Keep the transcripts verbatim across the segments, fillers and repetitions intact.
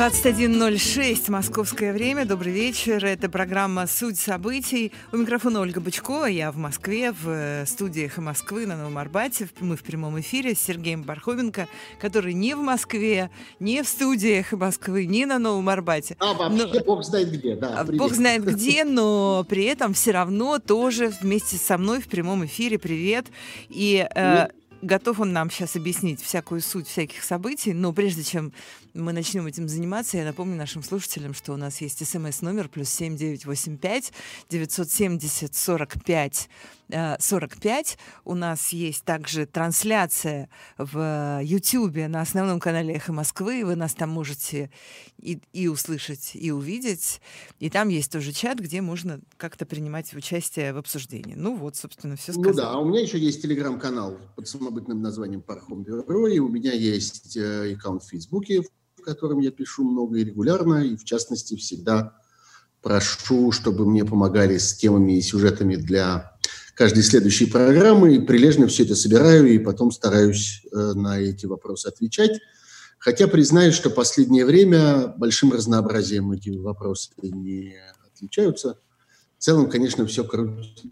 двадцать один ноль шесть московское время. Добрый вечер. Это программа «Суть событий». У микрофона Ольга Бычкова. Я в Москве, в студии «Эхо Москвы» на Новом Арбате. Мы в прямом эфире с Сергеем Пархоменко, который не в Москве, не в студии «Эхо Москвы, не на Новом Арбате. А вообще но... бог знает где, да. Привет. Бог знает где, но при этом все равно тоже вместе со мной в прямом эфире. Привет. И... Э, готов он нам сейчас объяснить всякую суть всяких событий, но прежде чем мы начнем этим заниматься, я напомню нашим слушателям, что у нас есть смс-номер плюс семь девять восемь пять девятьсот семьдесят сорок пять сорок пять. У нас есть также трансляция в Ютьюбе на основном канале «Эхо Москвы». Вы нас там можете и, и услышать, и увидеть. И там есть тоже чат, где можно как-то принимать участие в обсуждении. Ну вот, собственно, все сказано. Ну да, а у меня еще есть телеграм-канал под самобытным названием «Пархом Бюро», и у меня есть э, аккаунт в Фейсбуке, в котором я пишу много и регулярно, и в частности всегда прошу, чтобы мне помогали с темами и сюжетами для каждой следующей программы, и прилежно все это собираю, и потом стараюсь э, на эти вопросы отвечать. Хотя признаюсь, что в последнее время большим разнообразием эти вопросы не отличаются. В целом, конечно, все крутится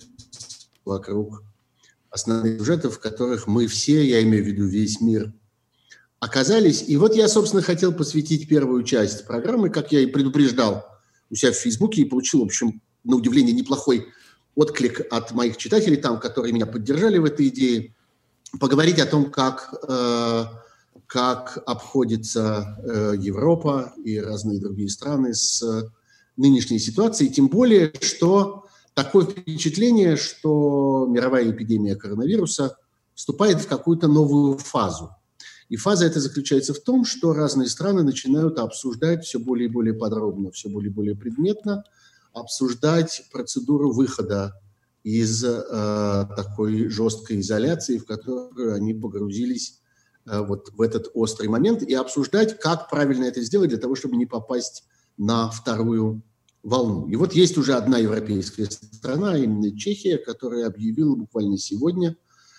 вокруг основных сюжетов, в которых мы все, я имею в виду весь мир, оказались. И вот я, собственно, хотел посвятить первую часть программы, как я и предупреждал у себя в Фейсбуке, и получил, в общем, на удивление, неплохой отклик от моих читателей там, которые меня поддержали в этой идее, поговорить о том, как, э, как обходится э, Европа и разные другие страны с нынешней ситуацией, тем более, что такое впечатление, что мировая эпидемия коронавируса вступает в какую-то новую фазу. И фаза эта заключается в том, что разные страны начинают обсуждать все более и более подробно, все более и более предметно, обсуждать процедуру выхода из э, такой жесткой изоляции, в которую они погрузились э, вот в этот острый момент, и обсуждать, как правильно это сделать для того, чтобы не попасть на вторую волну. И вот есть уже одна европейская страна, именно Чехия, которая объявила буквально сегодня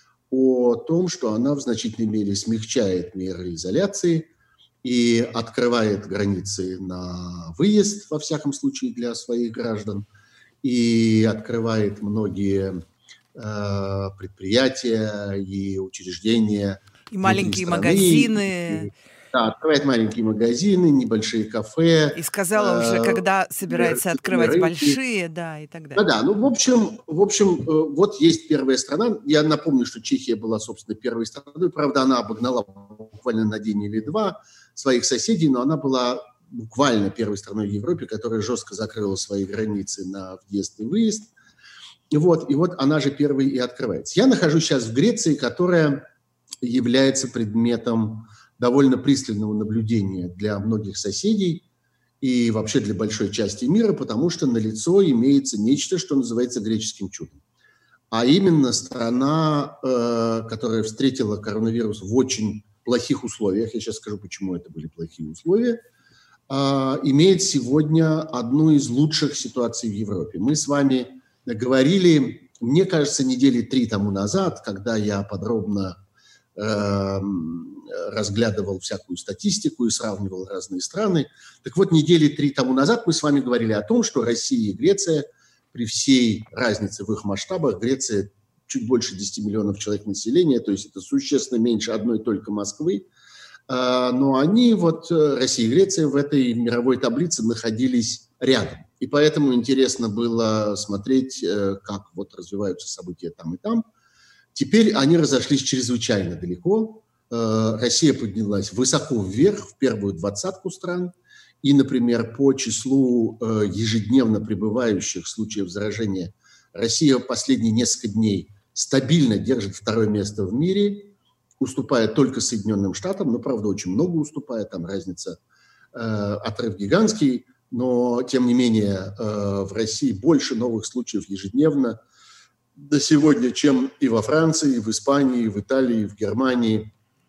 о том, что она в значительной мере смягчает меры изоляции и открывает границы на выезд, во всяком случае, для своих граждан, и открывает многие э, предприятия и учреждения. И маленькие страны, магазины. И, да, открывает маленькие магазины, небольшие кафе. И сказала э, уже, когда собирается э, открывать рынки. большие, да, и так далее. Да, да, ну, в общем, в общем, э, вот есть первая страна. Я напомню, что Чехия была, собственно, первой страной. Правда, она обогнала буквально на день или два своих соседей, но она была буквально первой страной в Европе, которая жестко закрыла свои границы на въезд и выезд. И вот, и вот она же первой и открывается. Я нахожусь сейчас в Греции, которая является предметом довольно пристального наблюдения для многих соседей и вообще для большой части мира, потому что налицо имеется нечто, что называется греческим чудом. А именно страна, э, которая встретила коронавирус в очень плохих условиях, я сейчас скажу, почему это были плохие условия, э, имеет сегодня одну из лучших ситуаций в Европе. Мы с вами говорили, мне кажется, недели три тому назад, когда я подробно э, разглядывал всякую статистику и сравнивал разные страны. Так вот, недели три тому назад мы с вами говорили о том, что Россия и Греция, при всей разнице в их масштабах, Греция чуть больше десяти миллионов человек населения, то есть это существенно меньше одной только Москвы, но они, вот Россия и Греция, в этой мировой таблице находились рядом. И поэтому интересно было смотреть, как вот развиваются события там и там. Теперь они разошлись чрезвычайно далеко. Россия поднялась высоко вверх, в первую двадцатку стран. И, например, по числу ежедневно прибывающих случаев заражения Россия в последние несколько дней стабильно держит второе место в мире, уступая только Соединенным Штатам, но, правда, очень много уступая, там разница, э, отрыв гигантский, но, тем не менее, э, в России больше новых случаев ежедневно до сегодня, чем и во Франции, и в Испании, и в Италии, и в Германии,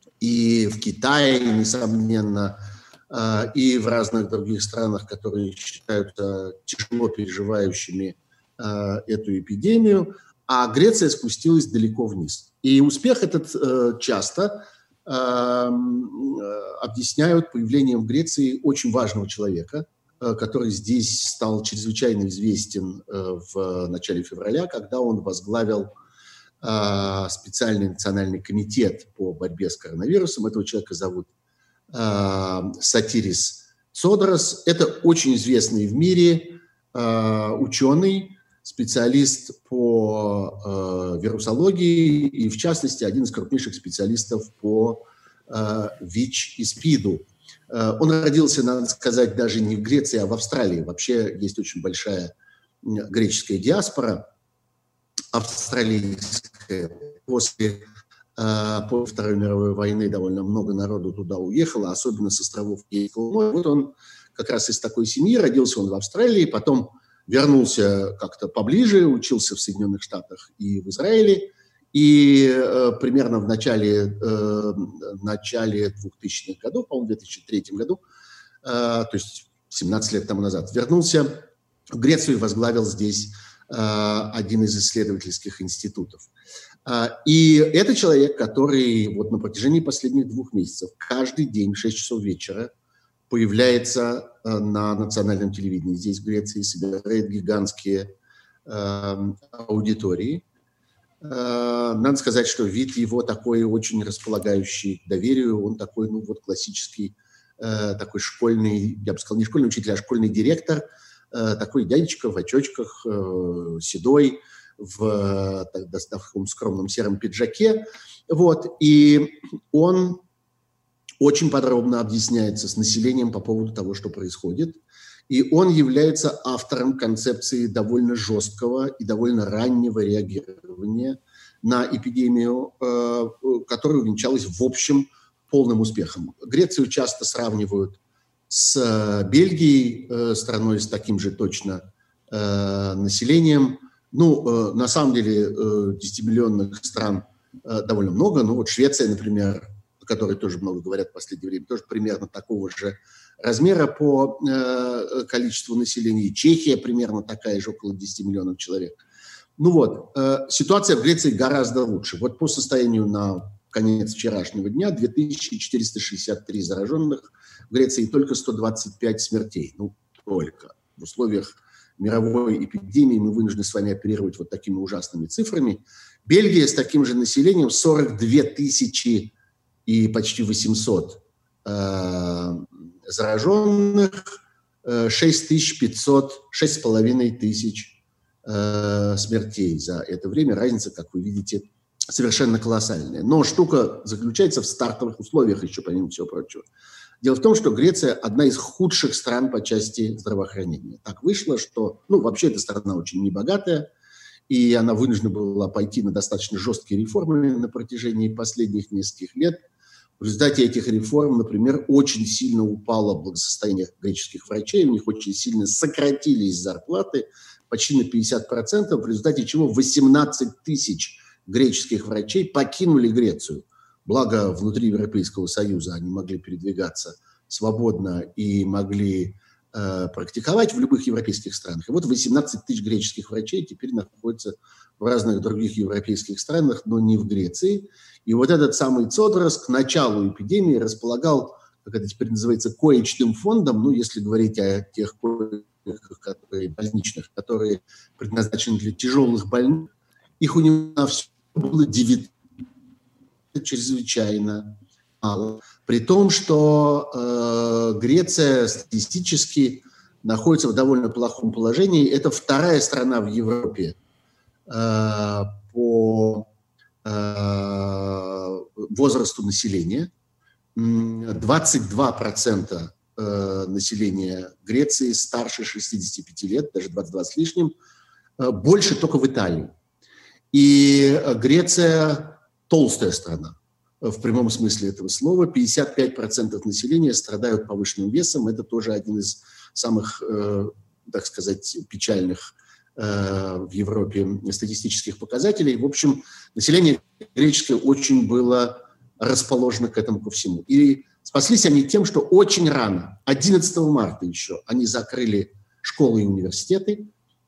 и в Китае, несомненно, э, и в разных других странах, которые считаются тяжело переживающими э, эту эпидемию. А Греция спустилась далеко вниз. И успех этот э, часто объясняют появлением в Греции очень важного человека, который здесь стал чрезвычайно известен в начале февраля, когда он возглавил специальный национальный комитет по борьбе с коронавирусом. Этого человека зовут Сотирис Цодрос. Это очень известный в мире ученый, специалист по вирусологии и, в частности, один из крупнейших специалистов по ВИЧ и СПИДу. Он родился, надо сказать, даже не в Греции, а в Австралии. Вообще есть очень большая греческая диаспора австралийская. После, после Второй мировой войны довольно много народу туда уехало, особенно с островов Эгейского моря. Вот он как раз из такой семьи, родился он в Австралии, потом вернулся как-то поближе, учился в Соединенных Штатах и в Израиле. И э, примерно в начале, э, начале двухтысячных годов, по-моему, в две тысячи третьем году, э, то есть семнадцать лет тому назад, вернулся в Грецию и возглавил здесь э, один из исследовательских институтов. Э, и это человек, который вот на протяжении последних двух месяцев каждый день в шесть часов вечера появляется э, на национальном телевидении здесь, в Греции, собирает гигантские э, аудитории. Надо сказать, что вид его такой очень располагающий к доверию. Он такой, ну вот классический, э, такой школьный, я бы сказал, не школьный учитель, а школьный директор. Э, такой дядечка в очочках, э, седой, в так, таком скромном сером пиджаке. Вот. И он очень подробно объясняется с населением по поводу того, что происходит. И он является автором концепции довольно жесткого и довольно раннего реагирования на эпидемию, которая увенчалась в общем полным успехом. Грецию часто сравнивают с Бельгией, страной с таким же точно населением. Ну, на самом деле, десятимиллионных стран довольно много. Ну, вот Швеция, например, о которой тоже много говорят в последнее время, тоже примерно такого же размера по э, количеству населения. Чехия примерно такая же, около десяти миллионов человек. Ну вот, э, ситуация в Греции гораздо лучше. Вот по состоянию на конец вчерашнего дня две тысячи четыреста шестьдесят три зараженных в Греции и только сто двадцать пять смертей. Ну, только. В условиях мировой эпидемии мы вынуждены с вами оперировать вот такими ужасными цифрами. Бельгия с таким же населением сорок две тысячи и почти восемьсот э, зараженных, э, шесть тысяч пятьсот, шесть с половиной тысяч э, смертей за это время. Разница, как вы видите, совершенно колоссальная. Но штука заключается в стартовых условиях еще, помимо всего прочего. Дело в том, что Греция одна из худших стран по части здравоохранения. Так вышло, что, ну, вообще эта страна очень небогатая, и она вынуждена была пойти на достаточно жесткие реформы на протяжении последних нескольких лет. В результате этих реформ, например, очень сильно упало благосостояние греческих врачей, у них очень сильно сократились зарплаты, почти на пятьдесят процентов, в результате чего восемнадцать тысяч греческих врачей покинули Грецию. Благо, внутри Европейского Союза они могли передвигаться свободно и могли э, практиковать в любых европейских странах. И вот восемнадцать тысяч греческих врачей теперь находятся в разных других европейских странах, но не в Греции. И вот этот самый Цодрос к началу эпидемии располагал, как это теперь называется, коечным фондом, ну, если говорить о тех коечных, которые больничных, которые предназначены для тяжелых больных, их у него на все было девять, чрезвычайно мало. При том, что э, Греция статистически находится в довольно плохом положении. Это вторая страна в Европе э, по возрасту населения. двадцать два процента населения Греции старше шестидесяти пяти лет, даже двадцать два с лишним, больше только в Италии. И Греция толстая страна, в прямом смысле этого слова. пятьдесят пять процентов населения страдают повышенным весом. Это тоже один из самых, так сказать, печальных в Европе статистических показателей. В общем, население греческое очень было расположено к этому ко всему. И спаслись они тем, что очень рано, одиннадцатого марта еще, они закрыли школы и университеты,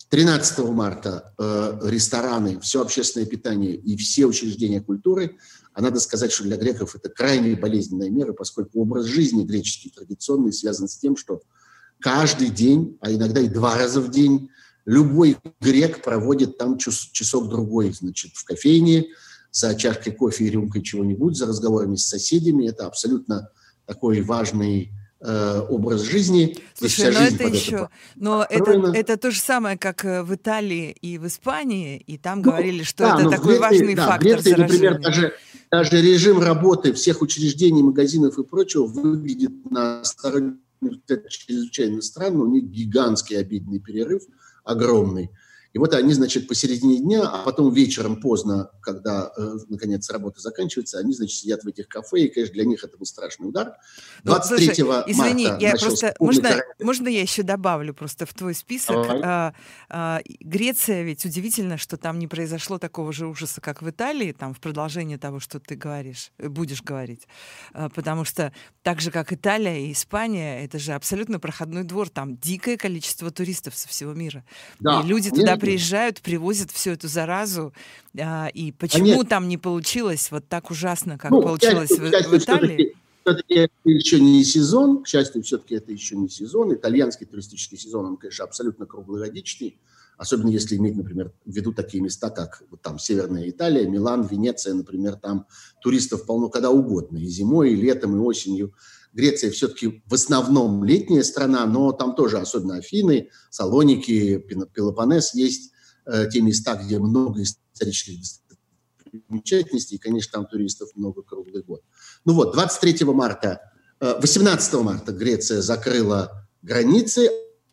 тринадцатого марта э, рестораны, все общественное питание и все учреждения культуры. А надо сказать, что для греков это крайне болезненная мера, поскольку образ жизни греческий традиционный связан с тем, что каждый день, а иногда и два раза в день, любой грек проводит там час, часок-другой, значит, в кофейне, за чашкой кофе и рюмкой чего-нибудь, за разговорами с соседями. Это абсолютно такой важный э, образ жизни. Слушай, но это еще, это но это, это то же самое, как в Италии и в Испании, и там ну, говорили, что да, это такой Греции, важный да, фактор в Греции, заражения. Например, даже, даже режим работы всех учреждений, магазинов и прочего выглядит на стороне чрезвычайно странно. У них гигантский обеденный перерыв, огромный. И вот они, значит, посередине дня, а потом вечером поздно, когда, э, наконец, работа заканчивается, они, значит, сидят в этих кафе, и, конечно, для них это был страшный удар. двадцать третьего ну, слушай, извини, марта я просто, можно, можно я еще добавлю просто в твой список? А, а, Греция, ведь удивительно, что там не произошло такого же ужаса, как в Италии, там, в продолжение того, что ты говоришь, будешь говорить. А, потому что так же, как Италия и Испания, это же абсолютно проходной двор, там дикое количество туристов со всего мира. Да, и люди туда приезжают, привозят всю эту заразу, а, и почему Конечно. там не получилось вот так ужасно, как ну, получилось счастью, в, счастью, в Италии? Все-таки это еще не сезон, к счастью, все-таки это еще не сезон. Итальянский туристический сезон, он, конечно, абсолютно круглогодичный, особенно если иметь, например, в виду такие места, как вот там Северная Италия, Милан, Венеция, например, там туристов полно когда угодно, и зимой, и летом, и осенью. Греция все-таки в основном летняя страна, но там тоже, особенно Афины, Салоники, Пелопоннес, есть э, те места, где много исторических достопримечательностей, и, конечно, там туристов много круглый год. Ну вот, двадцать третьего марта, э, восемнадцатого марта Греция закрыла границы,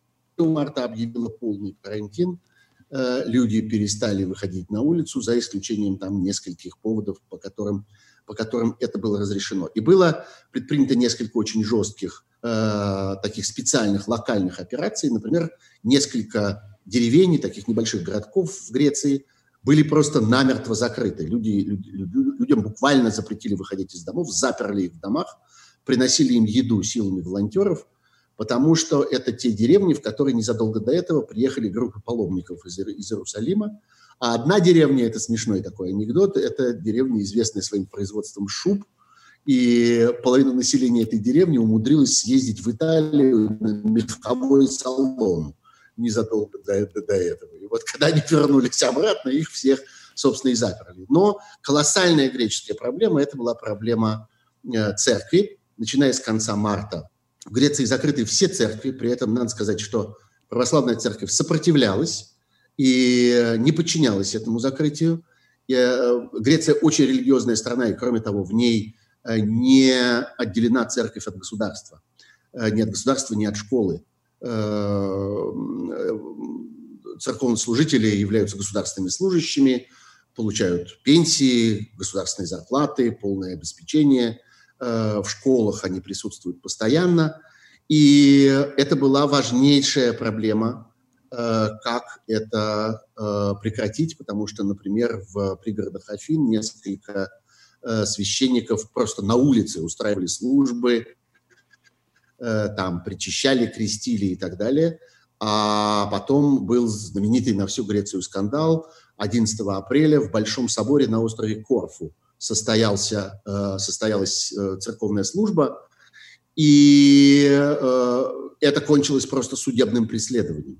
марта объявила полный карантин, э, люди перестали выходить на улицу, за исключением там нескольких поводов, по которым по которым это было разрешено. И было предпринято несколько очень жестких, э, таких специальных локальных операций. Например, несколько деревень, таких небольших городков в Греции были просто намертво закрыты. Люди, люди, людям буквально запретили выходить из домов, заперли их в домах, приносили им еду силами волонтеров, потому что это те деревни, в которые незадолго до этого приехали группы паломников из, из Иерусалима. А одна деревня, это смешной такой анекдот, это деревня, известная своим производством шуб, и половина населения этой деревни умудрилась съездить в Италию на меховой салон незадолго до, до, до этого. И вот когда они вернулись обратно, их всех, собственно, и заперли. Но колоссальная греческая проблема, это была проблема э, церкви, начиная с конца марта. В Греции закрыты все церкви, при этом надо сказать, что православная церковь сопротивлялась и не подчинялась этому закрытию. И, э, Греция очень религиозная страна, и, кроме того, в ней э, не отделена церковь от государства. Э, ни от государства, ни от школы. Э, церковнослужители являются государственными служащими, получают пенсии, государственные зарплаты, полное обеспечение. Э, в школах они присутствуют постоянно. И это была важнейшая проблема, как это э, прекратить, потому что, например, в пригородах Афин несколько э, священников просто на улице устраивали службы, э, там причащали, крестили и так далее. А потом был знаменитый на всю Грецию скандал. одиннадцатого апреля в Большом соборе на острове Корфу состоялся, э, состоялась э, церковная служба, и э, это кончилось просто судебным преследованием.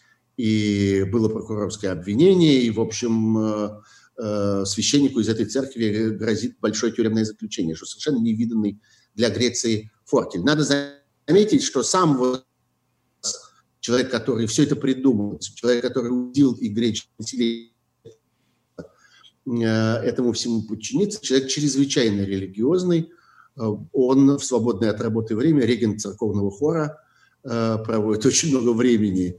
И было прокурорское обвинение, и, в общем, э, э, священнику из этой церкви грозит большое тюремное заключение, что совершенно невиданный для Греции фортель. Надо заметить, что сам вот человек, который все это придумал, человек, который убедил и греческое население э, этому всему подчиниться, человек чрезвычайно религиозный, э, он в свободное от работы время, регент церковного хора, э, проводит очень много времени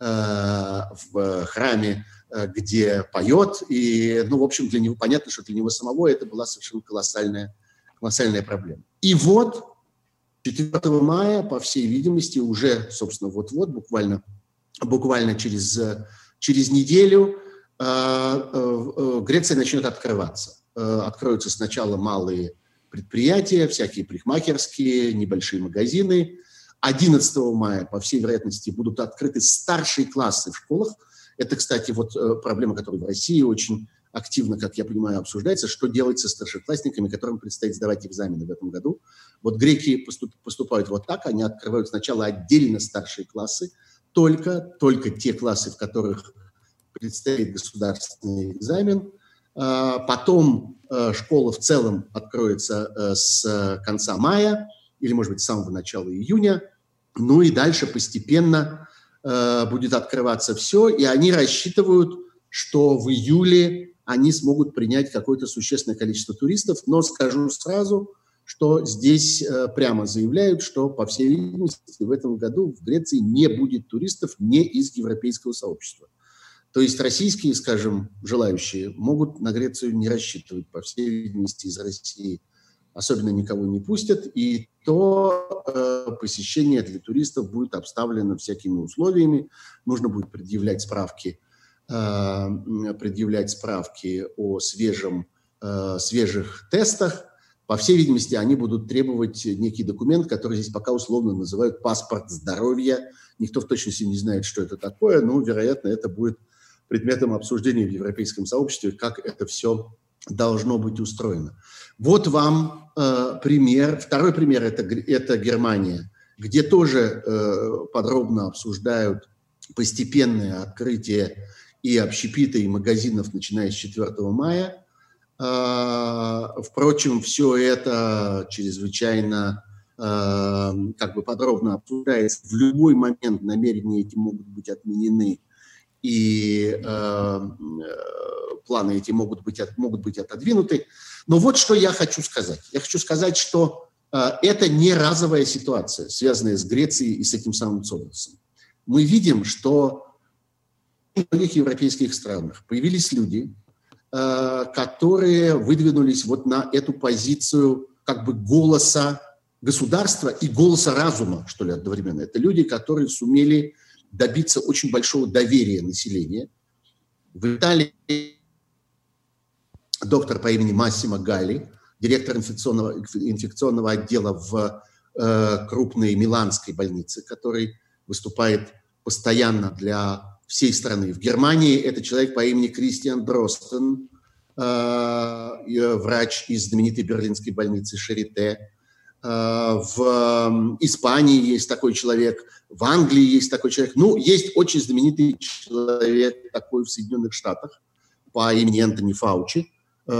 в храме, где поет, и, ну, в общем, для него понятно, что для него самого это была совершенно колоссальная, колоссальная проблема. И вот четвёртого мая, по всей видимости, уже, собственно, вот-вот, буквально, буквально через, через неделю Греция начнет открываться. Откроются сначала малые предприятия, всякие парикмахерские, небольшие магазины. одиннадцатого мая, по всей вероятности, будут открыты старшие классы в школах. Это, кстати, вот проблема, которая в России очень активно, как я понимаю, обсуждается, что делать со старшеклассниками, которым предстоит сдавать экзамены в этом году. Вот греки поступ, поступают вот так, они открывают сначала отдельно старшие классы, только, только те классы, в которых предстоит государственный экзамен. Потом школа в целом откроется с конца мая или, может быть, с самого начала июня. Ну и дальше постепенно будет открываться все, и они рассчитывают, что в июле они смогут принять какое-то существенное количество туристов, но скажу сразу, что здесь прямо заявляют, что, по всей видимости, в этом году в Греции не будет туристов не из европейского сообщества. То есть российские, скажем, желающие могут на Грецию не рассчитывать, по всей видимости, из России особенно никого не пустят, и то э, посещение для туристов будет обставлено всякими условиями. Нужно будет предъявлять справки, э, предъявлять справки о свежем, э, свежих тестах. По всей видимости, они будут требовать некий документ, который здесь пока условно называют паспорт здоровья. Никто в точности не знает, что это такое, но, вероятно, это будет предметом обсуждения в европейском сообществе, как это все должно быть устроено. Вот вам э, пример. Второй пример это, – это Германия, где тоже э, подробно обсуждают постепенное открытие и общепита, и магазинов, начиная с четвёртого мая. Э, впрочем, все это чрезвычайно э, как бы подробно обсуждается. В любой момент намерения эти могут быть отменены, и э, планы эти могут быть, от, могут быть отодвинуты. Но вот что я хочу сказать. Я хочу сказать, что э, это не разовая ситуация, связанная с Грецией и с этим самым Цодросом. Мы видим, что в многих европейских странах появились люди, э, которые выдвинулись вот на эту позицию как бы голоса государства и голоса разума, что ли, одновременно. Это люди, которые сумели добиться очень большого доверия населения. В Италии доктор по имени Массимо Галли, директор инфекционного, инфекционного отдела в э, крупной миланской больнице, который выступает постоянно для всей страны. В Германии это человек по имени Кристиан Дростен, э, врач из знаменитой берлинской больницы Шарите. В Испании есть такой человек, в Англии есть такой человек. Ну, есть очень знаменитый человек такой в Соединенных Штатах по имени Энтони Фаучи,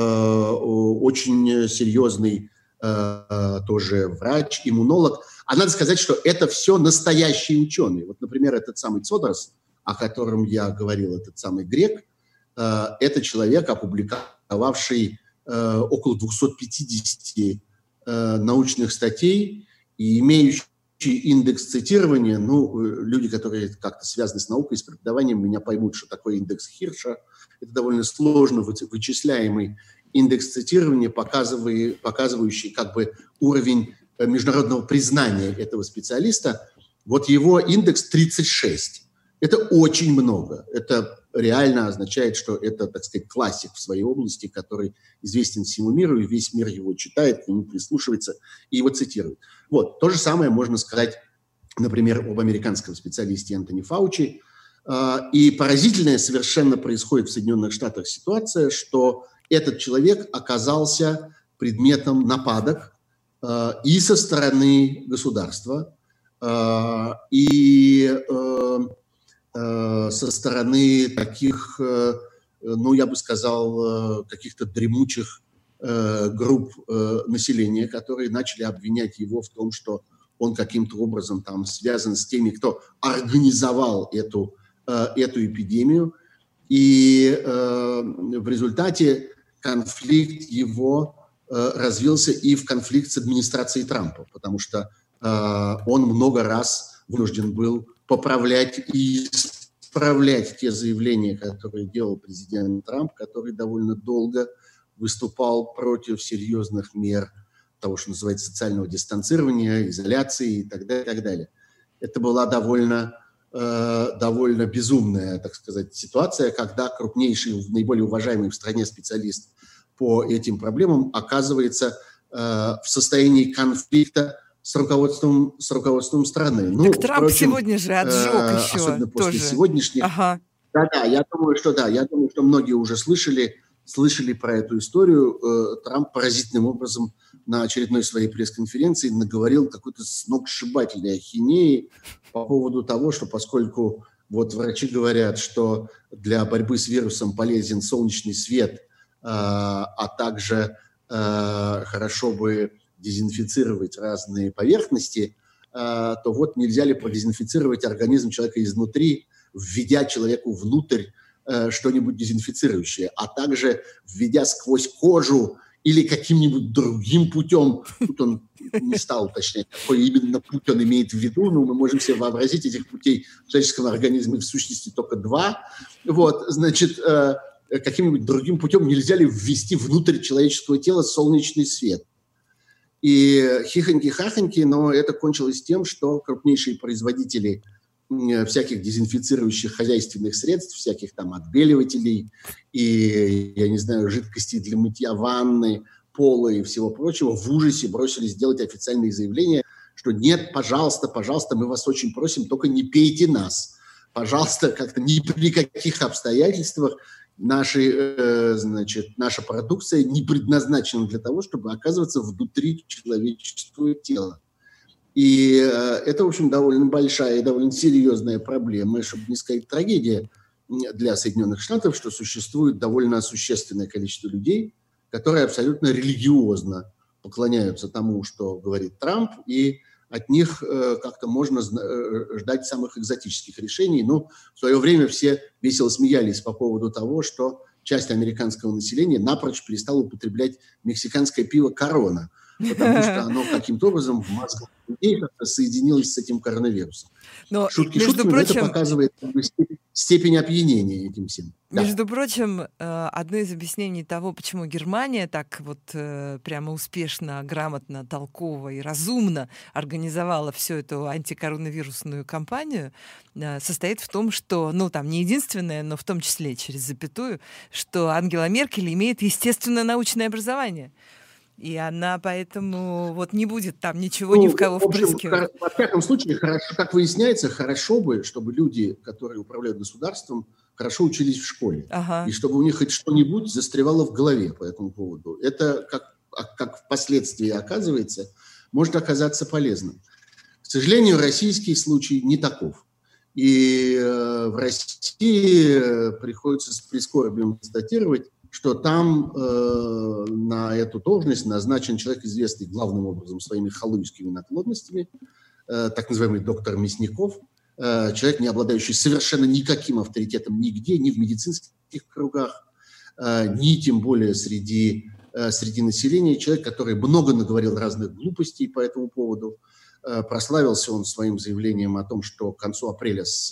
очень серьезный тоже врач, иммунолог. А надо сказать, что это все настоящие ученые. Вот, например, этот самый Цодрос, о котором я говорил, этот самый грек, это человек, опубликовавший около двухсот пятидесяти научных статей и имеющий индекс цитирования. Ну, люди, которые как-то связаны с наукой, с преподаванием, меня поймут, что такое индекс Хирша. Это довольно сложно вычисляемый индекс цитирования, показывающий как бы уровень международного признания этого специалиста. Вот его индекс тридцать шесть. Это очень много. Это реально означает, что это, так сказать, классик в своей области, который известен всему миру, и весь мир его читает, к нему прислушивается и его цитирует. Вот. То же самое можно сказать, например, об американском специалисте Энтони Фаучи. И поразительная совершенно происходит в Соединенных Штатах ситуация, что этот человек оказался предметом нападок и со стороны государства, и со стороны таких, ну, я бы сказал, каких-то дремучих групп населения, которые начали обвинять его в том, что он каким-то образом там связан с теми, кто организовал эту, эту эпидемию. И в результате конфликт его развился и в конфликт с администрацией Трампа, потому что он много раз вынужден был поправлять и исправлять те заявления, которые делал президент Трамп, который довольно долго выступал против серьезных мер того, что называется социального дистанцирования, изоляции и так далее. И так далее. Это была довольно, э, довольно безумная, так сказать, ситуация, когда крупнейший, наиболее уважаемый в стране специалист по этим проблемам оказывается э, в состоянии конфликта с руководством, с руководством страны. Ну, так Трамп впрочем, сегодня же отжег э, еще особенно после тоже. сегодняшних... Ага. Да-да, я думаю, что да. Я думаю, что многие уже слышали, слышали про эту историю. Трамп поразительным образом на очередной своей пресс-конференции наговорил какой-то сногсшибательной ахинеи по поводу того, что поскольку вот врачи говорят, что для борьбы с вирусом полезен солнечный свет, а также хорошо бы дезинфицировать разные поверхности, то вот нельзя ли продезинфицировать организм человека изнутри, введя человеку внутрь э, что-нибудь дезинфицирующее, а также введя сквозь кожу или каким-нибудь другим путем. Тут он не стал уточнять, какой именно путь он имеет в виду, но мы можем себе вообразить, этих путей в человеческом организме в сущности только два. Вот, значит, э, каким-нибудь другим путем нельзя ли ввести внутрь человеческого тела солнечный свет. И хихоньки-хахоньки, но это кончилось тем, что крупнейшие производители всяких дезинфицирующих хозяйственных средств, всяких там отбеливателей и, я не знаю, жидкостей для мытья ванны, пола и всего прочего, в ужасе бросились делать официальные заявления, что нет, пожалуйста, пожалуйста, мы вас очень просим, только не пейте нас. Пожалуйста, как-то ни при каких обстоятельствах наши, э, значит, наша продукция не предназначена для того, чтобы оказываться внутри человеческого тела. И э, это, в общем, довольно большая и довольно серьезная проблема, чтобы не сказать трагедия для Соединенных Штатов, что существует довольно существенное количество людей, которые абсолютно религиозно поклоняются тому, что говорит Трамп, и от них э, как-то можно э, ждать самых экзотических решений. Ну, в свое время все весело смеялись по поводу того, что часть американского населения напрочь перестала употреблять мексиканское пиво «Корона», потому что оно каким-то образом в мозгах людей соединилось с этим коронавирусом. Но, Шутки между шутками, прочим, это показывает степень опьянения этим всем. Между Да. прочим, одно из объяснений того, почему Германия так вот прямо успешно, грамотно, толково и разумно организовала всю эту антикоронавирусную кампанию, состоит в том, что, ну, там не единственное, но в том числе через запятую, что Ангела Меркель имеет естественное научное образование. И она поэтому вот не будет там ничего ну, ни в кого в общем, впрыскивать. Во всяком случае, хорошо, как выясняется, хорошо бы, чтобы люди, которые управляют государством, хорошо учились в школе. Ага. И чтобы у них хоть что-нибудь застревало в голове по этому поводу. Это, как, как впоследствии оказывается, может оказаться полезным. К сожалению, российский случай не таков. И э, в России приходится с прискорбием констатировать, что там э, на эту должность назначен человек, известный главным образом своими халуйскими наклонностями, э, так называемый доктор Мясников, э, человек, не обладающий совершенно никаким авторитетом нигде, ни в медицинских кругах, э, ни тем более среди, э, среди населения, человек, который много наговорил разных глупостей по этому поводу. Э, прославился он своим заявлением о том, что к концу апреля с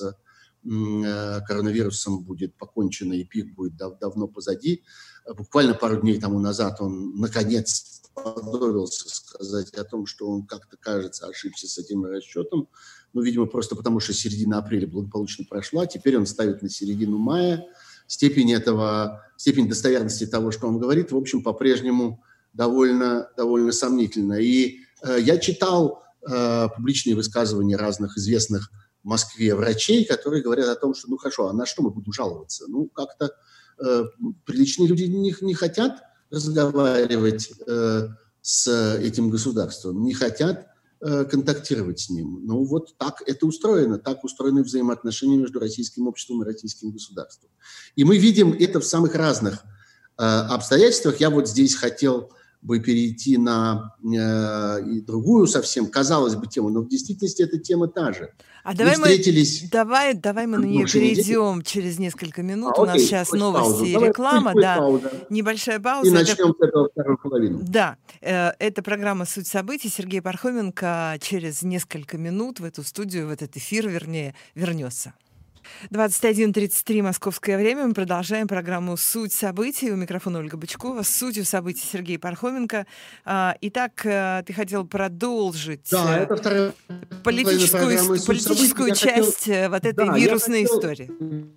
коронавирусом будет покончено и пик будет дав- давно позади. Буквально пару дней тому назад он наконец подготовился сказать о том, что он как-то, кажется, ошибся с этим расчетом. Ну, видимо, просто потому, что середина апреля благополучно прошла. Теперь он ставит на середину мая. Степень этого, степень достоверности того, что он говорит, в общем, по-прежнему довольно, довольно сомнительна. И э, я читал э, публичные высказывания разных известных в Москве врачей, которые говорят о том, что, ну, хорошо, а на что мы будем жаловаться? Ну, как-то э, приличные люди не, не хотят разговаривать э, с этим государством, не хотят э, контактировать с ним. Ну, вот так это устроено, так устроены взаимоотношения между российским обществом и российским государством. И мы видим это в самых разных э, обстоятельствах. Я вот здесь хотел бы перейти на э, другую совсем, казалось бы, тему, но в действительности эта тема та же. А мы давай встретились... мы, давай, давай мы на нее перейдем через несколько минут. А, У нас окей, сейчас пусть новости паузу. и Давай, реклама. пусть Да, пауза. небольшая пауза. И Это... начнем с этого вторую половину. Да, э, это программа «Суть событий». Сергей Пархоменко через несколько минут в эту студию, в этот эфир, вернее, вернется. двадцать один тридцать три московское время. Мы продолжаем программу «Суть событий». У микрофона Ольга Бычкова. С сутью событий Сергей Пархоменко. Итак, ты хотел продолжить да, это вторая политическую, политическую часть хотел... вот этой да, вирусной я хотел... истории.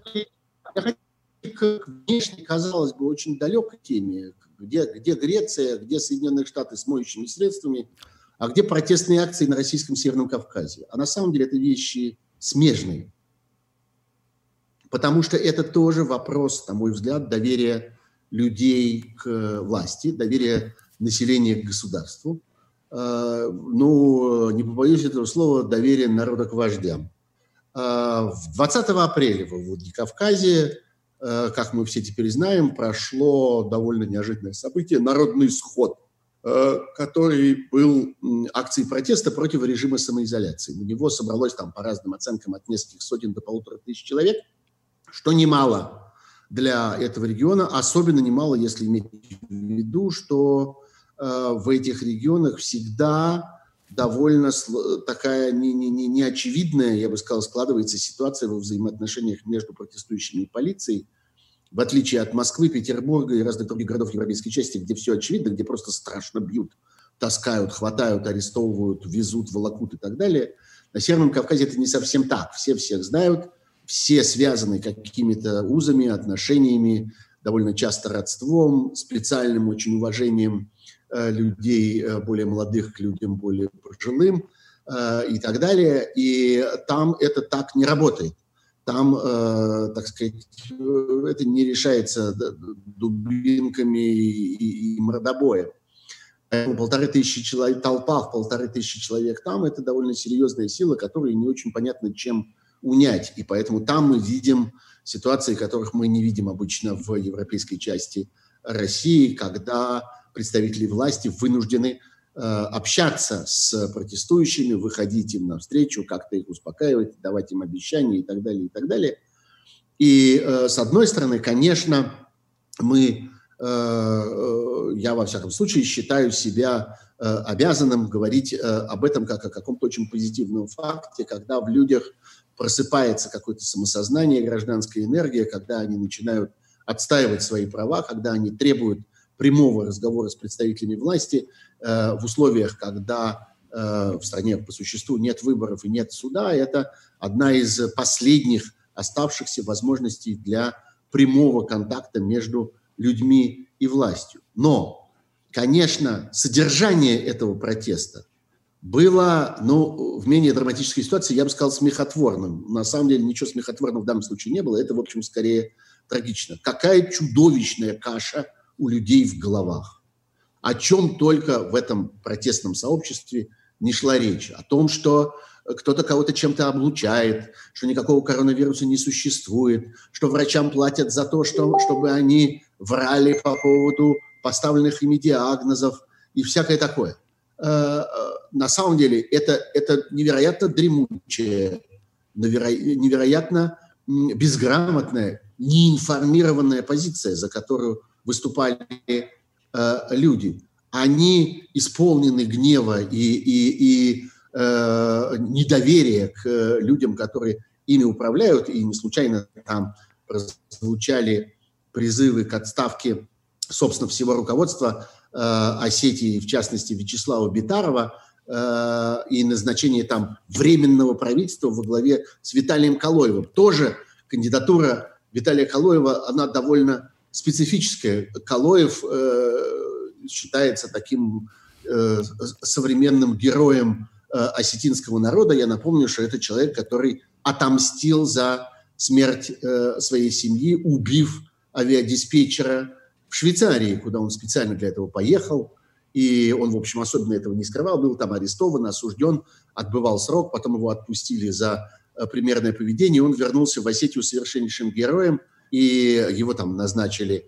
Я хотел к внешней, казалось бы, очень далекой теме, где, где Греция, где Соединенные Штаты с моющими средствами, а где протестные акции на российском Северном Кавказе. А на самом деле это вещи смежные. потому что это тоже вопрос, на мой взгляд, доверия людей к власти, доверия населения к государству. Ну, не побоюсь этого слова, доверие народа к вождям. двадцатого апреля в Владикавказе, как мы все теперь знаем, прошло довольно неожиданное событие – народный сход, который был акцией протеста против режима самоизоляции. На него собралось там по разным оценкам от нескольких сотен до полутора тысяч человек, что немало для этого региона, особенно немало, если иметь в виду, что э, в этих регионах всегда довольно такая не, не, не, неочевидная, я бы сказал, складывается ситуация во взаимоотношениях между протестующими и полицией, в отличие от Москвы, Петербурга и разных других городов европейской части, где все очевидно, где просто страшно бьют, таскают, хватают, арестовывают, везут, волокут и так далее. На Северном Кавказе это не совсем так. Все всех знают, все связаны какими-то узами, отношениями, довольно часто родством, специальным очень уважением э, людей э, более молодых к людям более пожилым э, и так далее. И там это так не работает. Там, э, так сказать, это не решается дубинками и, и, и мордобоем. Полторы тысячи человек, толпа в полторы тысячи человек там – это довольно серьезная сила, которую не очень понятно, чем унять. И поэтому там мы видим ситуации, которых мы не видим обычно в европейской части России, когда представители власти вынуждены э, общаться с протестующими, выходить им навстречу, как-то их успокаивать, давать им обещания и так далее, и так далее. И э, с одной стороны, конечно, мы, э, э, я во всяком случае считаю себя э, обязанным говорить э, об этом как о каком-то очень позитивном факте, когда в людях просыпается какое-то самосознание, гражданская энергия, когда они начинают отстаивать свои права, когда они требуют прямого разговора с представителями власти э, в условиях, когда э, в стране по существу нет выборов и нет суда. Это одна из последних оставшихся возможностей для прямого контакта между людьми и властью. Но, конечно, содержание этого протеста было, ну, в менее драматической ситуации, я бы сказал, смехотворным. На самом деле ничего смехотворного в данном случае не было. Это, в общем, скорее трагично. Какая чудовищная каша у людей в головах. О чем только в этом протестном сообществе не шла речь. О том, что кто-то кого-то чем-то облучает, что никакого коронавируса не существует, что врачам платят за то, что, чтобы они врали по поводу поставленных ими диагнозов и всякое такое. На самом деле это, это невероятно дремучая, невероятно безграмотная, неинформированная позиция, за которую выступали э, люди. Они исполнены гнева и, и, и э, недоверия к людям, которые ими управляют, и не случайно там прозвучали призывы к отставке, собственно, всего руководства э, Осетии, в частности, Вячеслава Битарова, э, и назначение там временного правительства во главе с Виталием Калоевым. Тоже кандидатура Виталия Калоева, она довольно специфическая. Калоев э, считается таким э, современным героем э, осетинского народа. Я напомню, что это человек, который отомстил за смерть э, своей семьи, убив авиадиспетчера в Швейцарии, куда он специально для этого поехал. И он, в общем, особенно этого не скрывал. Был там арестован, осужден, отбывал срок, потом его отпустили за э, примерное поведение. Он вернулся в Осетию совершеннейшим героем, и его там назначили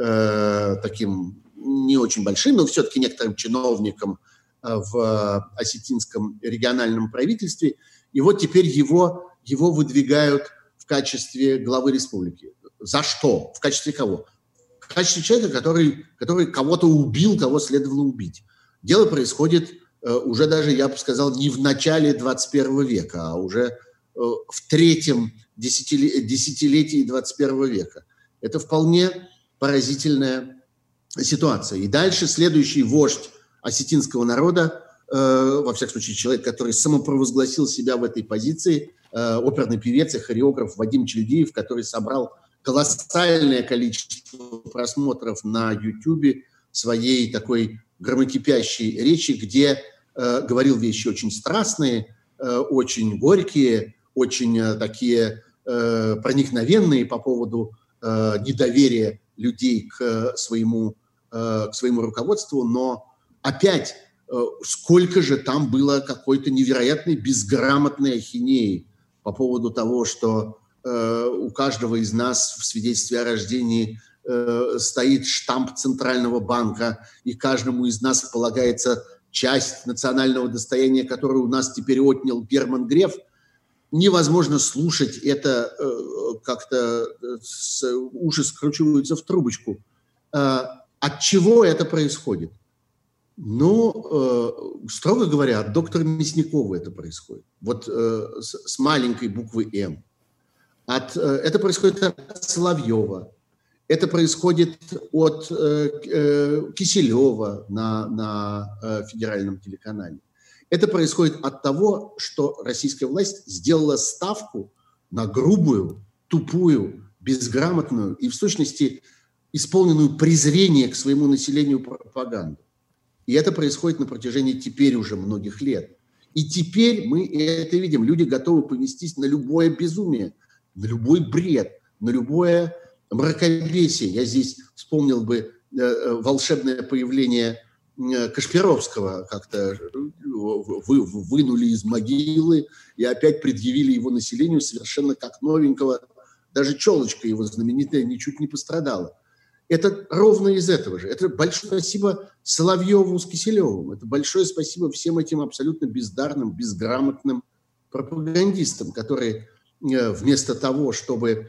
э, таким не очень большим, но все-таки некоторым чиновником э, в осетинском региональном правительстве. И вот теперь его, его выдвигают в качестве главы республики. За что? В качестве кого? В качестве человека, который, который кого-то убил, кого следовало убить. Дело происходит э, уже даже, я бы сказал, не в начале двадцать первого века, а уже э, в третьем десятилетии двадцать первого века. Это вполне поразительная ситуация. И дальше следующий вождь осетинского народа, э, во всяком случае человек, который самопровозгласил себя в этой позиции, э, оперный певец и хореограф Вадим Чельдиев, который собрал колоссальное количество просмотров на Ютубе своей такой громокипящей речи, где э, говорил вещи очень страстные, э, очень горькие, очень э, такие э, проникновенные по поводу э, недоверия людей к своему, э, к своему руководству, но опять, э, сколько же там было какой-то невероятной безграмотной ахинеи по поводу того, что э, у каждого из нас в свидетельстве о рождении э, стоит штамп Центрального банка, и каждому из нас полагается часть национального достояния, которое у нас теперь отнял Герман Греф. Невозможно слушать это, э, как-то с, уши скручиваются в трубочку. Э, от чего это происходит? Ну, э, строго говоря, от доктора Мясникова это происходит. Вот э, с, с маленькой буквы «М». От, э, это происходит от Соловьева. Это происходит от э, э, Киселева на, на э, федеральном телеканале. Это происходит от того, что российская власть сделала ставку на грубую, тупую, безграмотную и, в сущности, исполненную презрения к своему населению пропаганду. И это происходит на протяжении теперь уже многих лет. И теперь мы это видим. Люди готовы повестись на любое безумие, на любой бред, на любое мракобесие. Я здесь вспомнил бы э, волшебное появление э, Кашпировского. Как-то вы, вынули из могилы и опять предъявили его населению совершенно как новенького. Даже челочка его знаменитая ничуть не пострадала. Это ровно из этого же. Это большое спасибо Соловьеву с Киселевым. Это большое спасибо всем этим абсолютно бездарным, безграмотным пропагандистам, которые э, вместо того, чтобы,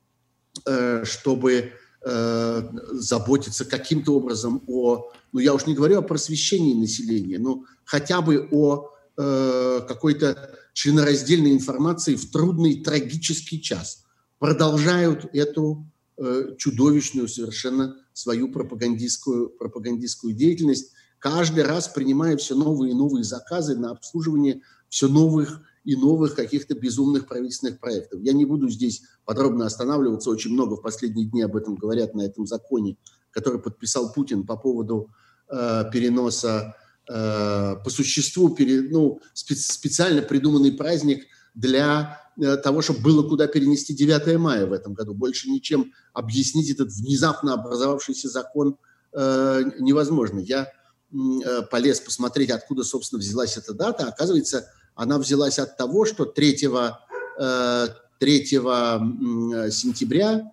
э, чтобы э, заботиться каким-то образом о, ну я уж не говорю о просвещении населения, но хотя бы о э, какой-то членораздельной информации в трудный трагический час, продолжают эту чудовищную совершенно свою пропагандистскую, пропагандистскую деятельность, каждый раз принимая все новые и новые заказы на обслуживание все новых и новых каких-то безумных правительственных проектов. Я не буду здесь подробно останавливаться, очень много в последние дни об этом говорят, на этом законе, который подписал Путин по поводу э, переноса э, по существу, пере, ну, специ, специально придуманный праздник для того, чтобы было куда перенести девятое мая в этом году. Больше ничем объяснить этот внезапно образовавшийся закон э, невозможно. Я э, полез посмотреть, откуда, собственно, взялась эта дата. Оказывается, она взялась от того, что третьего сентября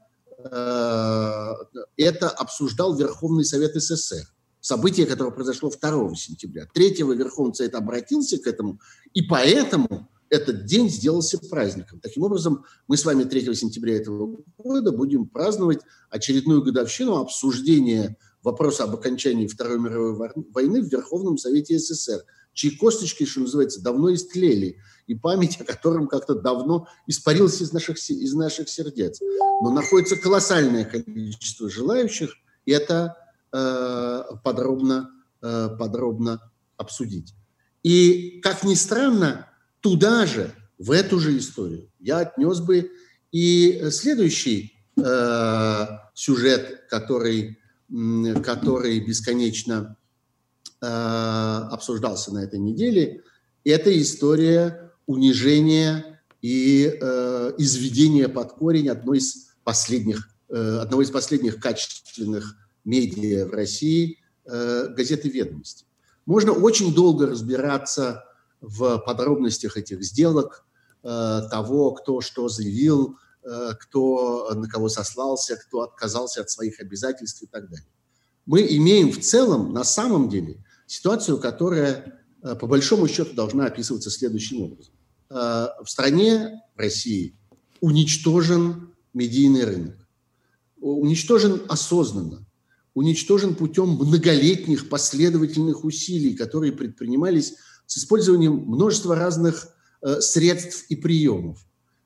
э, это обсуждал Верховный Совет СССР. Событие, которое произошло второго сентября. третьего Верховный Совет обратился к этому, и поэтому этот день сделался праздником. Таким образом, мы с вами третьего сентября этого года будем праздновать очередную годовщину обсуждения вопроса об окончании Второй мировой войны в Верховном Совете СССР, чьи косточки, что называется, давно истлели, и память о котором как-то давно испарилась из наших, из наших сердец. Но находится колоссальное количество желающих это э, подробно, э, подробно обсудить. И, как ни странно, туда же, в эту же историю, я отнес бы и следующий э, сюжет, который, который бесконечно э, обсуждался на этой неделе. Это история унижения и э, изведения под корень одной из последних, э, одного из последних качественных медиа в России, э, газеты «Ведомости». Можно очень долго разбираться в подробностях этих сделок, э, того, кто что заявил, э, кто на кого сослался, кто отказался от своих обязательств и так далее. Мы имеем в целом, на самом деле, ситуацию, которая, э, по большому счету, должна описываться следующим образом. Э, в стране, в России, уничтожен медийный рынок. Уничтожен осознанно. Уничтожен путем многолетних последовательных усилий, которые предпринимались с использованием множества разных э, средств и приемов.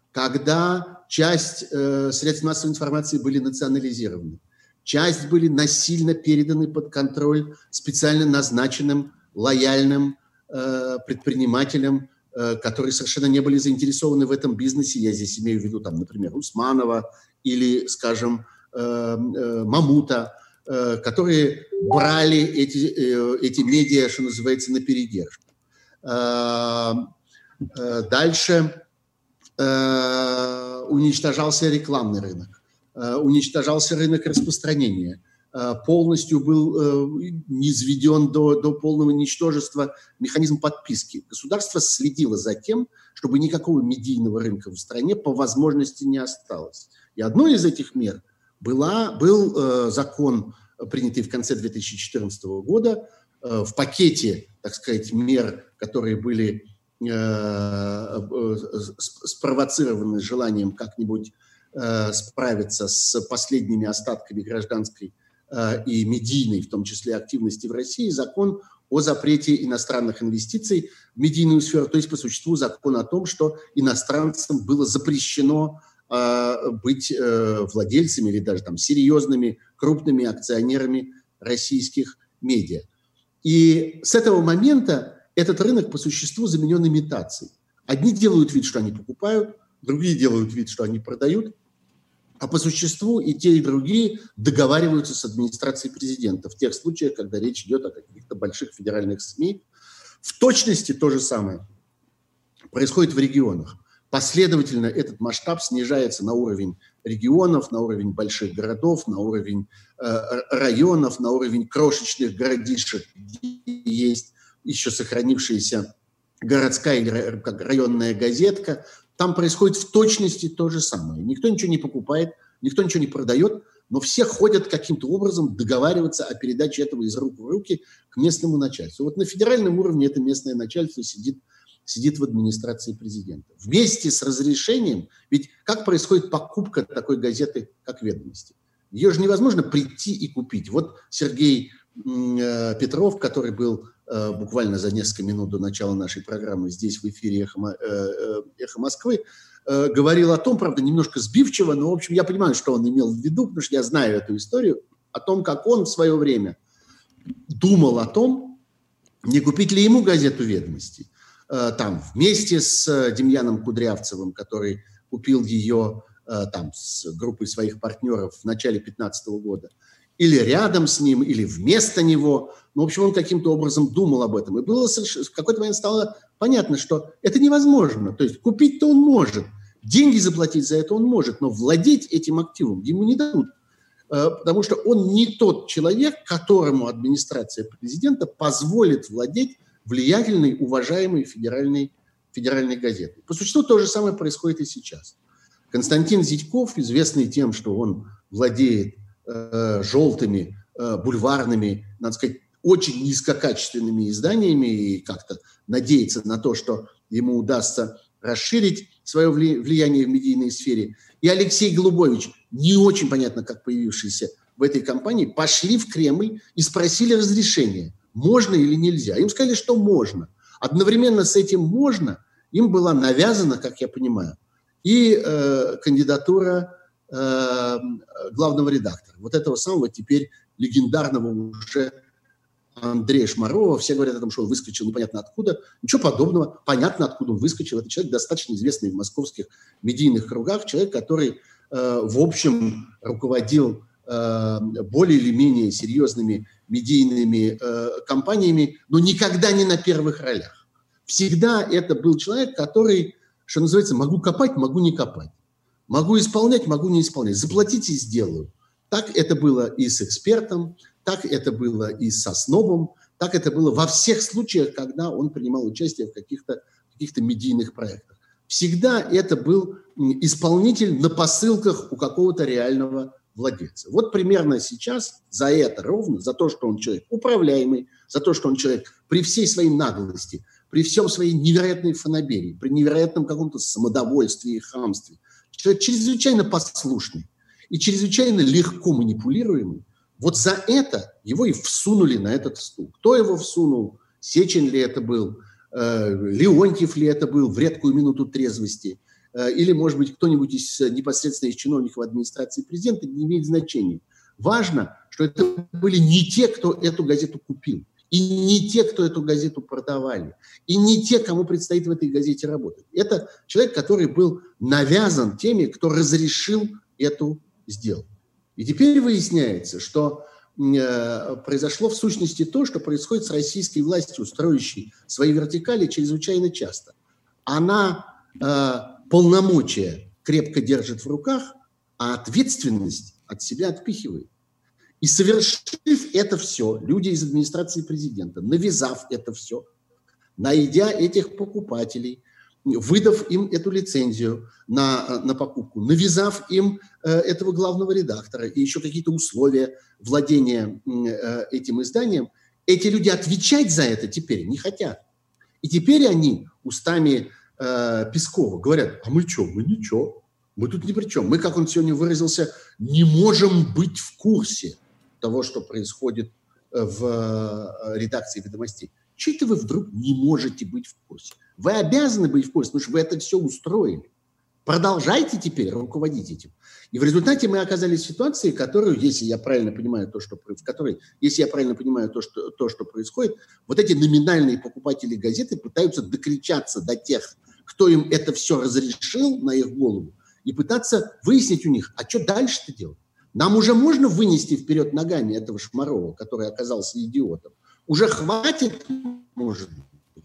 Когда часть э, средств массовой информации были национализированы, часть были насильно переданы под контроль специально назначенным лояльным э, предпринимателям, э, которые совершенно не были заинтересованы в этом бизнесе. Я здесь имею в виду, там, например, Усманова или, скажем, э, э, Мамута, э, которые брали эти, э, эти медиа, что называется, на передержку. Дальше э, уничтожался рекламный рынок, э, уничтожался рынок распространения, э, полностью был э, низведен до, до полного ничтожества механизм подписки. Государство следило за тем, чтобы никакого медийного рынка в стране по возможности не осталось. И одной из этих мер была, был э, закон, принятый в конце две тысячи четырнадцатого года, э, в пакете, так сказать, мер, которые были э, спровоцированы желанием как-нибудь э, справиться с последними остатками гражданской э, и медийной, в том числе, активности в России, закон о запрете иностранных инвестиций в медийную сферу, то есть по существу закон о том, что иностранцам было запрещено быть э, владельцами или даже там серьезными крупными акционерами российских медиа. И с этого момента этот рынок по существу заменен имитацией. Одни делают вид, что они покупают, другие делают вид, что они продают, а по существу и те, и другие договариваются с администрацией президента в тех случаях, когда речь идет о каких-то больших федеральных СМИ. В точности то же самое происходит в регионах. Последовательно этот масштаб снижается на уровень регионов, на уровень больших городов, на уровень э, районов, на уровень крошечных городишек, где есть еще сохранившаяся городская или как районная газетка. Там происходит в точности то же самое. Никто ничего не покупает, никто ничего не продает, но все ходят каким-то образом договариваться о передаче этого из рук в руки к местному начальству. Вот на федеральном уровне это местное начальство сидит сидит в администрации президента. Вместе с разрешением, ведь как происходит покупка такой газеты, как «Ведомости»? Ее же невозможно прийти и купить. Вот Сергей э, Петров, который был э, буквально за несколько минут до начала нашей программы здесь в эфире «Эхо, э, Эхо Москвы», э, говорил о том, правда, немножко сбивчиво, но, в общем, я понимаю, что он имел в виду, потому что я знаю эту историю, о том, как он в свое время думал о том, не купить ли ему газету «Ведомости». Там, вместе с Демьяном Кудрявцевым, который купил ее там, с группой своих партнеров в начале две тысячи пятнадцатого года, или рядом с ним, или вместо него. Ну, в общем, он каким-то образом думал об этом. И было в какой-то момент стало понятно, что это невозможно. То есть купить-то он может, деньги заплатить за это он может, но владеть этим активом ему не дадут. Потому что он не тот человек, которому администрация президента позволит владеть влиятельной, уважаемой федеральной, федеральной газетой. По существу то же самое происходит и сейчас. Константин Зитьков, известный тем, что он владеет э, желтыми, э, бульварными, надо сказать, очень низкокачественными изданиями и как-то надеется на то, что ему удастся расширить свое влияние в медийной сфере. И Алексей Голубович, не очень понятно, как появившийся в этой компании, пошли в Кремль и спросили разрешения. Можно или нельзя? Им сказали, что можно. Одновременно с этим можно, им была навязана, как я понимаю, и э, кандидатура э, главного редактора. Вот этого самого теперь легендарного уже Андрея Шмарова. Все говорят о том, что он выскочил непонятно откуда. Ничего подобного. Понятно, откуда он выскочил. Это человек, достаточно известный в московских медийных кругах. Человек, который, э, в общем, руководил э, более или менее серьезными медийными э, компаниями, но никогда не на первых ролях. Всегда это был человек, который, что называется, могу копать, могу не копать. Могу исполнять, могу не исполнять. Заплатите, сделаю. Так это было и с экспертом, так это было и с Сосновым, так это было во всех случаях, когда он принимал участие в каких-то, каких-то медийных проектах. Всегда это был исполнитель на посылках у какого-то реального владельца. Вот примерно сейчас за это ровно, за то, что он человек управляемый, за то, что он человек при всей своей наглости, при всем своей невероятной фанаберии, при невероятном каком-то самодовольстве и хамстве, человек чрезвычайно послушный и чрезвычайно легко манипулируемый, вот за это его и всунули на этот стул. Кто его всунул? Сечин ли это был? Э, Леонтьев ли это был в редкую минуту трезвости? Или, может быть, кто-нибудь из непосредственно из чиновников администрации президента, не имеет значения. Важно, что это были не те, кто эту газету купил, и не те, кто эту газету продавали, и не те, кому предстоит в этой газете работать. Это человек, который был навязан теми, кто разрешил эту сделку. И теперь выясняется, что э, произошло в сущности то, что происходит с российской властью, строящей свои вертикали чрезвычайно часто. Она... Э, полномочия крепко держит в руках, а ответственность от себя отпихивает. И совершив это все, люди из администрации президента, навязав это все, найдя этих покупателей, выдав им эту лицензию на, на покупку, навязав им э, этого главного редактора и еще какие-то условия владения э, этим изданием, эти люди отвечать за это теперь не хотят. И теперь они устами э, Пескова говорят: а мы что, мы ничего, мы тут ни при чем. Мы, как он сегодня выразился, не можем быть в курсе того, что происходит в редакции «Ведомостей». Чего это вы вдруг не можете быть в курсе? Вы обязаны быть в курсе, потому что вы это все устроили. Продолжайте теперь руководить этим. И в результате мы оказались в ситуации, которую, если я правильно понимаю то, что, в которой, если я правильно понимаю то, что, то, что происходит, вот эти номинальные покупатели газеты пытаются докричаться до тех, кто им это все разрешил на их голову, и пытаться выяснить у них, а что дальше-то делать? Нам уже можно вынести вперед ногами этого Шмарова, который оказался идиотом? Уже хватит, может быть?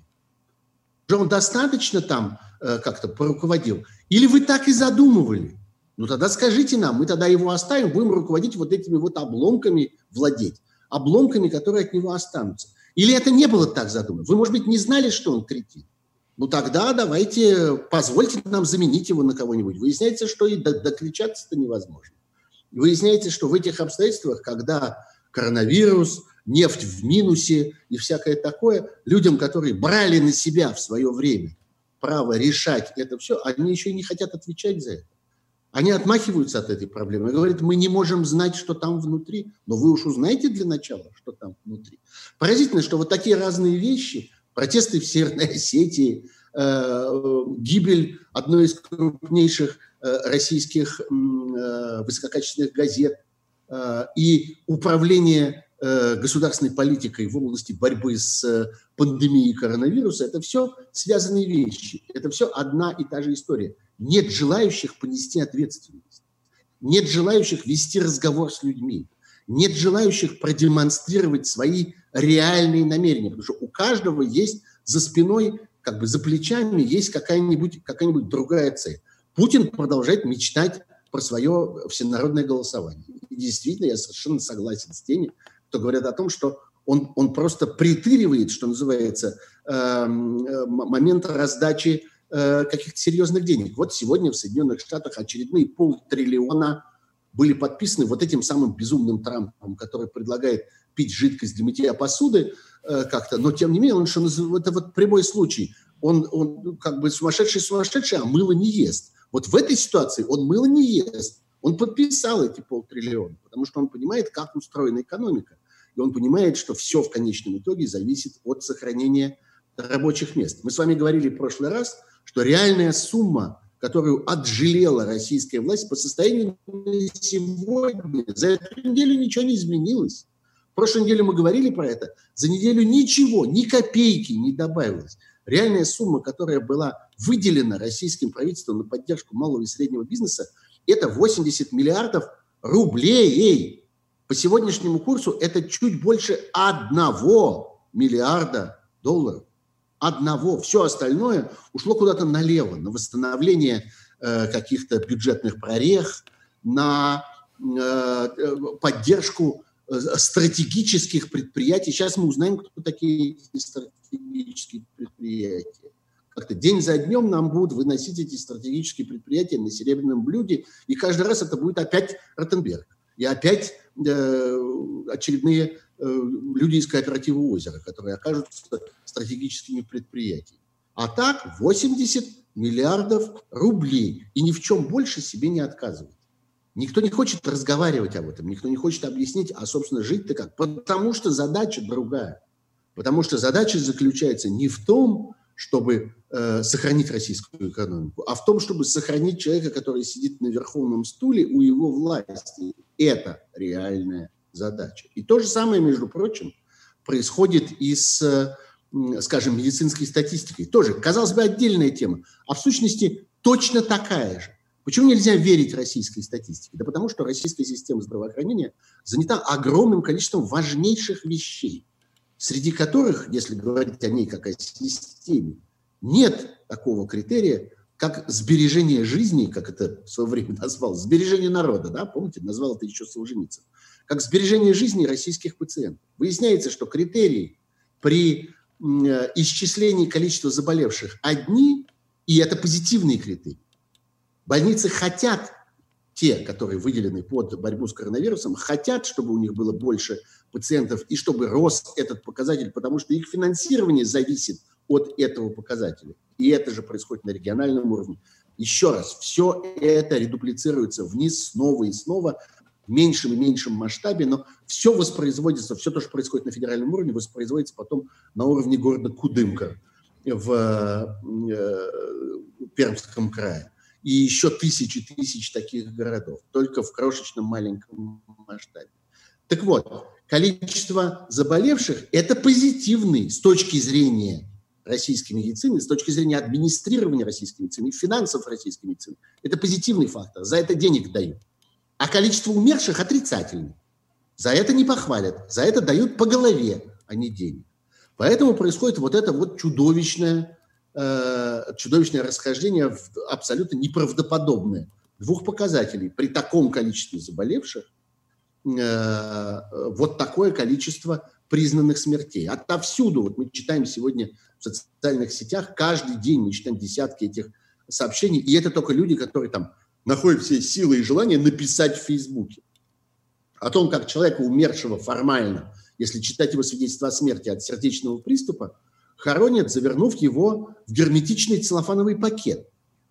Уже он достаточно там э, как-то поруководил? Или вы так и задумывали? Ну тогда скажите нам, мы тогда его оставим, будем руководить вот этими вот обломками, владеть, обломками, которые от него останутся. Или это не было так задумано? Вы, может быть, не знали, что он кретин? Ну тогда давайте, позвольте нам заменить его на кого-нибудь. Выясняется, что и докричаться-то невозможно. Выясняется, что в этих обстоятельствах, когда коронавирус, нефть в минусе и всякое такое, людям, которые брали на себя в свое время право решать это все, они еще и не хотят отвечать за это. Они отмахиваются от этой проблемы и говорят: мы не можем знать, что там внутри, но вы уж узнаете для начала, что там внутри. Поразительно, что вот такие разные вещи, протесты в Северной Осетии, э, гибель одной из крупнейших э, российских э, высококачественных газет э, и управление государственной политикой в области борьбы с пандемией коронавируса, это все связанные вещи. Это все одна и та же история. Нет желающих понести ответственность. Нет желающих вести разговор с людьми. Нет желающих продемонстрировать свои реальные намерения. Потому что у каждого есть за спиной, как бы за плечами, есть какая-нибудь, какая-нибудь другая цель. Путин продолжает мечтать про свое всенародное голосование. И действительно, я совершенно согласен с теми, кто говорят о том, что он, он просто притыривает, что называется, э, момент раздачи э, каких-то серьезных денег. Вот сегодня в Соединенных Штатах очередные полтриллиона были подписаны вот этим самым безумным Трампом, который предлагает пить жидкость для мытья посуды э, как-то, но тем не менее, он, что называется, это вот прямой случай. Он, он как бы сумасшедший-сумасшедший, а мыло не ест. Вот в этой ситуации он мыло не ест. Он подписал эти полтриллиона, потому что он понимает, как устроена экономика. И он понимает, что все в конечном итоге зависит от сохранения рабочих мест. Мы с вами говорили в прошлый раз, что реальная сумма, которую отжалела российская власть, по состоянию на сегодня, за эту неделю ничего не изменилось. В прошлой неделе мы говорили про это. За неделю ничего, ни копейки не добавилось. Реальная сумма, которая была выделена российским правительством на поддержку малого и среднего бизнеса, это восемьдесят миллиардов рублей. По сегодняшнему курсу это чуть больше одного миллиарда долларов. Одного. Все остальное ушло куда-то налево, на восстановление э, каких-то бюджетных прорех, на э, поддержку э, стратегических предприятий. Сейчас мы узнаем, кто такие стратегические предприятия. Как-то день за днем нам будут выносить эти стратегические предприятия на серебряном блюде, и каждый раз это будет опять Ротенберг. И опять э, очередные э, люди из кооператива «Озеро», которые окажутся стратегическими предприятиями. А так восемьдесят миллиардов рублей. И ни в чем больше себе не отказывает. Никто не хочет разговаривать об этом, никто не хочет объяснить, а, собственно, жить-то как. Потому что задача другая. Потому что задача заключается не в том, чтобы э, сохранить российскую экономику, а в том, чтобы сохранить человека, который сидит на верховном стуле у его власти. Это реальная задача. И то же самое, между прочим, происходит и с, э, скажем, медицинской статистикой. Тоже, казалось бы, отдельная тема, а в сущности точно такая же. Почему нельзя верить российской статистике? Да потому что российская система здравоохранения занята огромным количеством важнейших вещей, среди которых, если говорить о ней как о системе, нет такого критерия, как сбережение жизни, как это в свое время назвал, сбережение народа, да, помните, назвал это еще Солженицын, как сбережение жизни российских пациентов. Выясняется, что критерии при исчислении количества заболевших одни, и это позитивные критерии. Больницы хотят, те, которые выделены под борьбу с коронавирусом, хотят, чтобы у них было больше пациентов и чтобы рос этот показатель, потому что их финансирование зависит от этого показателя. И это же происходит на региональном уровне. Еще раз, все это редуплицируется вниз снова и снова в меньшем и меньшем масштабе, но все воспроизводится, все то, что происходит на федеральном уровне, воспроизводится потом на уровне города Кудымка в э, Пермском крае. И еще тысячи тысяч таких городов, только в крошечном маленьком масштабе. Так вот, количество заболевших – это позитивный с точки зрения российской медицины, с точки зрения администрирования российской медицины, финансов российской медицины. Это позитивный фактор, за это денег дают. А количество умерших отрицательное. За это не похвалят, за это дают по голове, а не денег. Поэтому происходит вот это вот чудовищное, э, чудовищное расхождение, в абсолютно неправдоподобное двух показателей. При таком количестве заболевших э, вот такое количество признанных смертей. Отовсюду, вот мы читаем сегодня в социальных сетях, каждый день мы читаем десятки этих сообщений, и это только люди, которые там находят все силы и желание написать в Фейсбуке о том, как человека, умершего формально, если читать его свидетельство о смерти от сердечного приступа, хоронят, завернув его в герметичный целлофановый пакет.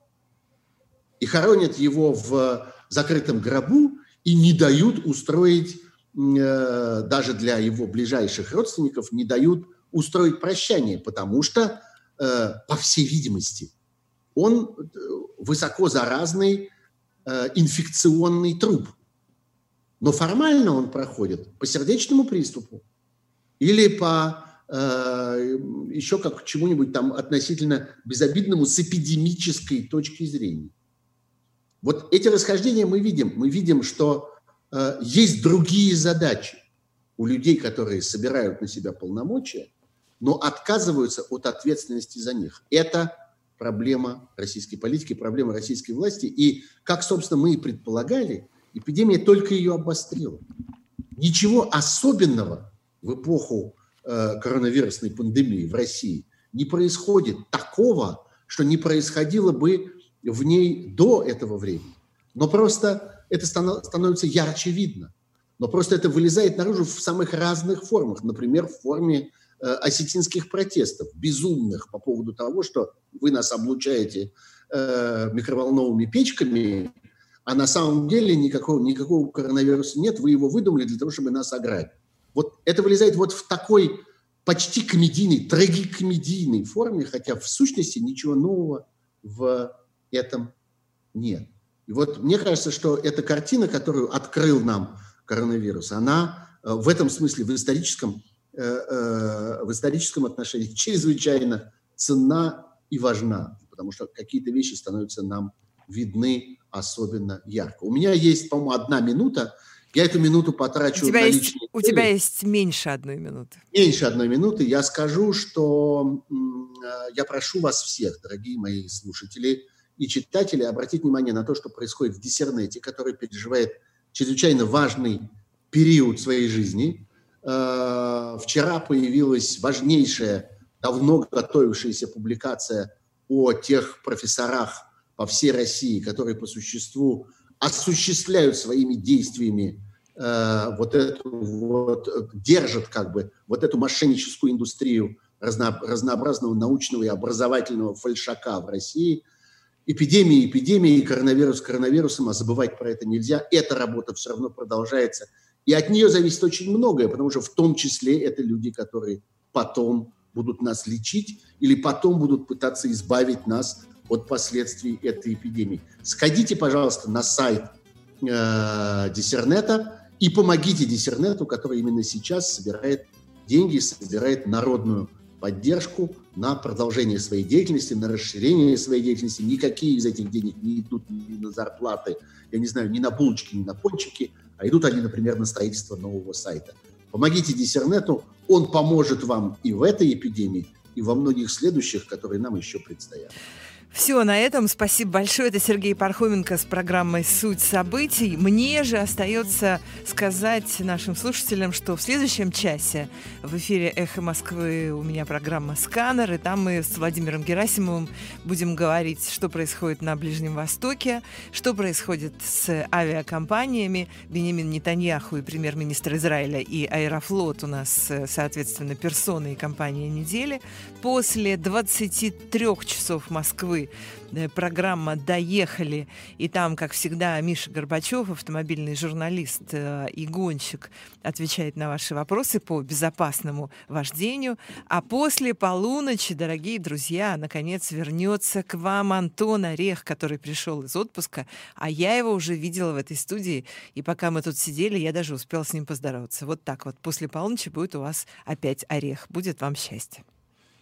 И хоронят его в закрытом гробу и не дают устроить, э, даже для его ближайших родственников, не дают устроить прощание, потому что, э, по всей видимости, он высоко заразный э, инфекционный труп. Но формально он проходит по сердечному приступу или по э, еще как к чему-нибудь там относительно безобидному с эпидемической точки зрения. Вот эти расхождения мы видим. Мы видим, что э, есть другие задачи у людей, которые собирают на себя полномочия, но отказываются от ответственности за них. Это проблема российской политики, проблема российской власти. И, как, собственно, мы и предполагали, эпидемия только ее обострила. Ничего особенного в эпоху э, коронавирусной пандемии в России не происходит такого, что не происходило бы в ней до этого времени. Но просто это станов- становится ярче видно. Но просто это вылезает наружу в самых разных формах. Например, в форме э, осетинских протестов, безумных по поводу того, что вы нас облучаете э, микроволновыми печками, а на самом деле никакого, никакого коронавируса нет, вы его выдумали для того, чтобы нас ограбить. Вот это вылезает вот в такой почти комедийной, трагикомедийной форме, хотя в сущности ничего нового в этом нет. И вот мне кажется, что эта картина, которую открыл нам коронавирус, она в этом смысле в историческом, в историческом отношении чрезвычайно ценна и важна, потому что какие-то вещи становятся нам видны особенно ярко. У меня есть, по-моему, одна минута. Я эту минуту потрачу на есть, личные У цели. тебя есть меньше одной минуты. Меньше одной минуты. Я скажу, что м, я прошу вас всех, дорогие мои слушатели и читатели, обратить внимание на то, что происходит в Диссернете, который переживает чрезвычайно важный период своей жизни. Э, вчера появилась важнейшая, давно готовившаяся публикация о тех профессорах по всей России, которые по существу осуществляют своими действиями э, вот эту вот, держат как бы вот эту мошенническую индустрию разно, разнообразного научного и образовательного фальшака в России. Эпидемия, эпидемия, коронавирус коронавирусом, а забывать про это нельзя. Эта работа все равно продолжается. И от нее зависит очень многое, потому что в том числе это люди, которые потом будут нас лечить или потом будут пытаться избавить нас от последствий этой эпидемии. Сходите, пожалуйста, на сайт э, Диссернета и помогите Диссернету, который именно сейчас собирает деньги, собирает народную поддержку на продолжение своей деятельности, на расширение своей деятельности. Никакие из этих денег не идут ни на зарплаты, я не знаю, ни на булочки, ни на пончики, а идут они, например, на строительство нового сайта. Помогите Диссернету, он поможет вам и в этой эпидемии, и во многих следующих, которые нам еще предстоят. Все, на этом. Спасибо большое. Это Сергей Пархоменко с программой «Суть событий». Мне же остается сказать нашим слушателям, что в следующем часе в эфире «Эхо Москвы» у меня программа «Сканер», и там мы с Владимиром Герасимовым будем говорить, что происходит на Ближнем Востоке, что происходит с авиакомпаниями. Беньямин Нетаньяху и премьер-министр Израиля, и Аэрофлот у нас, соответственно, персоны и компания недели. После двадцати трёх часов Москвы программа «Доехали», и там, как всегда, Миша Горбачев, автомобильный журналист э, и гонщик, отвечает на ваши вопросы по безопасному вождению. А после полуночи, дорогие друзья, наконец вернется к вам Антон Орех, который пришел из отпуска, а я его уже видела в этой студии, и пока мы тут сидели, я даже успела с ним поздороваться. Вот так вот, после полуночи будет у вас опять Орех. Будет вам счастье.